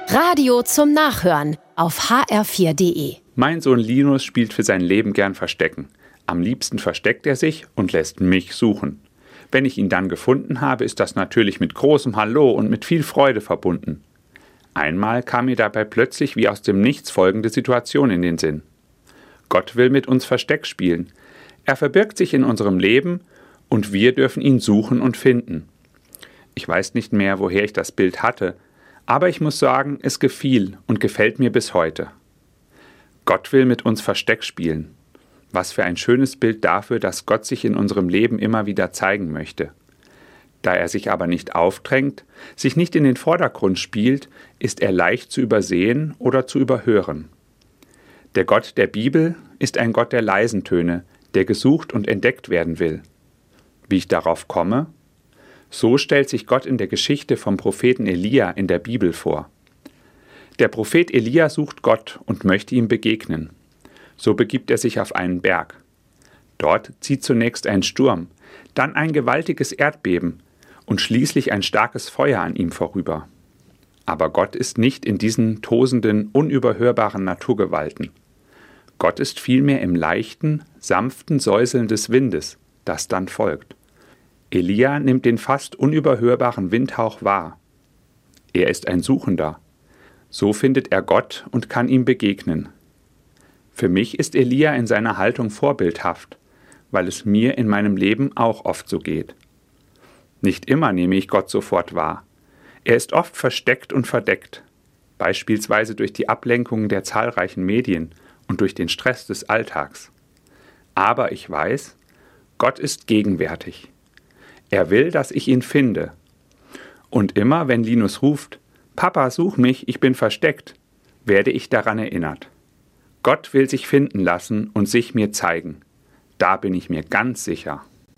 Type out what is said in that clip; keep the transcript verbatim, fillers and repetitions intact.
Radio zum Nachhören auf h r vier punkt d e. Mein Sohn Linus spielt für sein Leben gern Verstecken. Am liebsten versteckt er sich und lässt mich suchen. Wenn ich ihn dann gefunden habe, ist das natürlich mit großem Hallo und mit viel Freude verbunden. Einmal kam mir dabei plötzlich wie aus dem Nichts folgende Situation in den Sinn. Gott will mit uns Versteck spielen. Er verbirgt sich in unserem Leben und wir dürfen ihn suchen und finden. Ich weiß nicht mehr, woher ich das Bild hatte, aber ich muss sagen, es gefiel und gefällt mir bis heute. Gott will mit uns Versteck spielen. Was für ein schönes Bild dafür, dass Gott sich in unserem Leben immer wieder zeigen möchte. Da er sich aber nicht aufdrängt, sich nicht in den Vordergrund spielt, ist er leicht zu übersehen oder zu überhören. Der Gott der Bibel ist ein Gott der leisen Töne, der gesucht und entdeckt werden will. Wie ich darauf komme? So stellt sich Gott in der Geschichte vom Propheten Elia in der Bibel vor. Der Prophet Elia sucht Gott und möchte ihm begegnen. So begibt er sich auf einen Berg. Dort zieht zunächst ein Sturm, dann ein gewaltiges Erdbeben und schließlich ein starkes Feuer an ihm vorüber. Aber Gott ist nicht in diesen tosenden, unüberhörbaren Naturgewalten. Gott ist vielmehr im leichten, sanften Säuseln des Windes, das dann folgt. Elia nimmt den fast unüberhörbaren Windhauch wahr. Er ist ein Suchender. So findet er Gott und kann ihm begegnen. Für mich ist Elia in seiner Haltung vorbildhaft, weil es mir in meinem Leben auch oft so geht. Nicht immer nehme ich Gott sofort wahr. Er ist oft versteckt und verdeckt, beispielsweise durch die Ablenkungen der zahlreichen Medien und durch den Stress des Alltags. Aber ich weiß, Gott ist gegenwärtig. Er will, dass ich ihn finde. Und immer, wenn Linus ruft, »Papa, such mich, ich bin versteckt«, werde ich daran erinnert. Gott will sich finden lassen und sich mir zeigen. Da bin ich mir ganz sicher.